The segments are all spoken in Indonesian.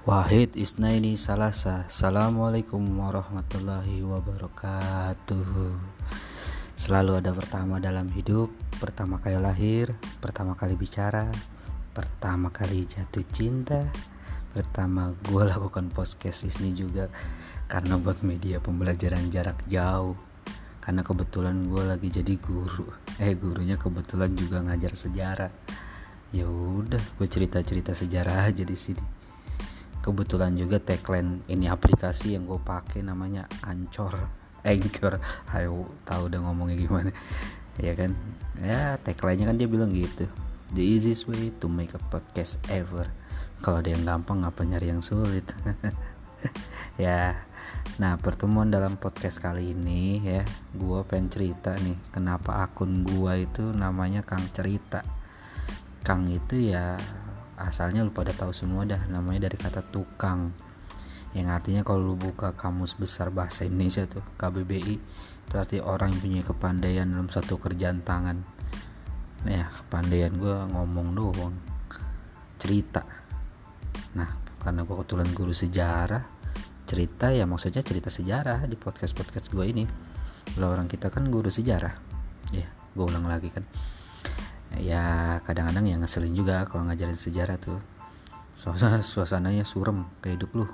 Wahid Isnaini Salasa. Assalamualaikum warahmatullahi wabarakatuh. Selalu ada pertama dalam hidup. Pertama kali lahir, pertama kali bicara, pertama kali jatuh cinta. Pertama gue lakukan podcast ini juga karena buat media pembelajaran jarak jauh. Karena kebetulan gue lagi jadi guru. Gurunya kebetulan juga ngajar sejarah. Ya udah, gue cerita-cerita sejarah aja di sini. Kebetulan juga tagline ini aplikasi yang gue pakai namanya Anchor. Ayo tahu udah ngomongnya gimana, ya kan? Ya tagline-nya kan dia bilang gitu. The easiest way to make a podcast ever. Kalau ada yang gampang ngapa nyari yang sulit? Ya. Nah, pertemuan dalam podcast kali ini ya, gue pengen cerita nih kenapa akun gue itu namanya Kang Cerita. Kang itu ya asalnya lu pada tahu semua dah, namanya dari kata tukang, yang artinya kalau lu buka kamus besar bahasa Indonesia tuh KBBI, itu artinya orang yang punya kepandaian dalam satu kerjaan tangan. Nah ya, kepandaian gue ngomong doang, cerita. Nah karena gue kebetulan guru sejarah, cerita ya maksudnya cerita sejarah di podcast gue ini. Lah orang kita kan guru sejarah ya, gue ulang lagi kan. Ya kadang-kadang yang ngeselin juga kalau ngajarin sejarah tuh, suasananya surem kayak hidup lu.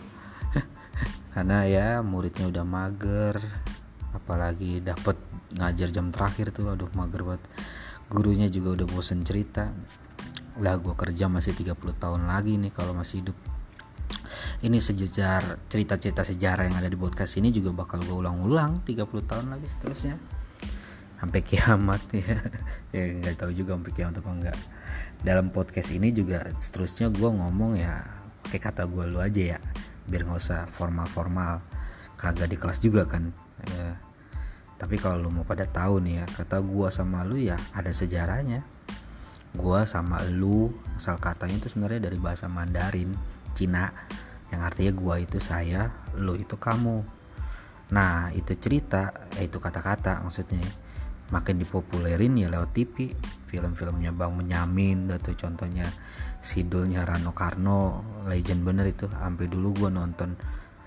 Karena ya muridnya udah mager, apalagi dapet ngajar jam terakhir tuh, aduh mager banget. Gurunya juga udah bosen cerita. Lah gue kerja masih 30 tahun lagi nih kalau masih hidup. Ini cerita-cerita sejarah yang ada di podcast ini juga bakal gue ulang-ulang 30 tahun lagi seterusnya sampai kiamat ya. Ya nggak tahu juga sampai kiamat apa enggak. Dalam podcast ini juga seterusnya gue ngomong ya pakai kata gue lu aja ya, biar nggak usah formal, kagak di kelas juga kan ya. Tapi kalau lu mau pada tahu nih ya, kata gue sama lu ya ada sejarahnya. Gue sama lu asal katanya itu sebenarnya dari bahasa Mandarin Cina, yang artinya gue itu saya, lu itu kamu. Nah itu cerita, itu kata-kata maksudnya makin dipopulerin ya lewat TV, film-filmnya Bang Benyamin tuh contohnya, Sidulnya Rano Karno, legend bener itu. Sampai dulu gue nonton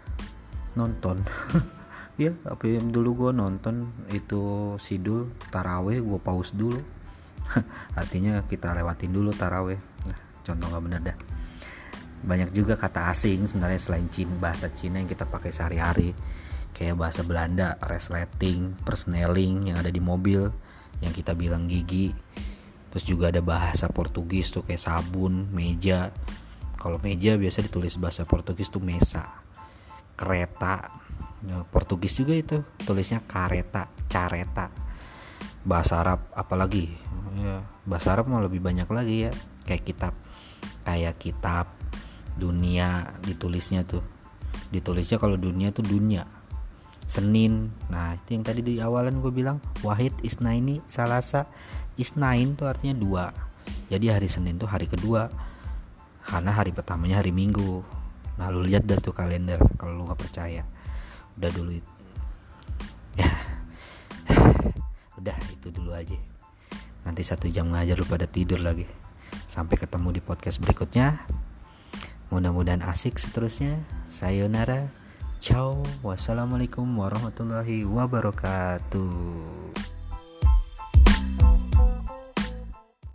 ya sampai dulu gue nonton itu Sidul Taraweh, gue pause dulu. Artinya kita lewatin dulu Taraweh. Nah contoh gak bener dah. Banyak juga kata asing sebenarnya selain bahasa Cina yang kita pakai sehari-hari, kayak bahasa Belanda, resleting, persneling yang ada di mobil yang kita bilang gigi. Terus juga ada bahasa Portugis tuh kayak sabun, meja. Kalau meja biasa ditulis bahasa Portugis tuh mesa. Kereta, ya, Portugis juga itu tulisnya kareta, careta. Bahasa Arab apalagi ya, bahasa Arab mah lebih banyak lagi ya, kayak kitab dunia ditulisnya kalau dunia tuh dunia, Senin. Nah itu yang tadi di awalan gue bilang Wahid Isnaini Salasa. Isnain tuh artinya 2. Jadi hari Senin tuh hari kedua, karena hari pertamanya hari Minggu. Nah lu lihat dah tuh kalender kalau lu gak percaya. Udah dulu ya. Udah itu dulu aja. Nanti 1 jam ngajar lu pada tidur lagi. Sampai ketemu di podcast berikutnya. Mudah-mudahan asik seterusnya. Sayonara. Ciao, wassalamualaikum warahmatullahi wabarakatuh.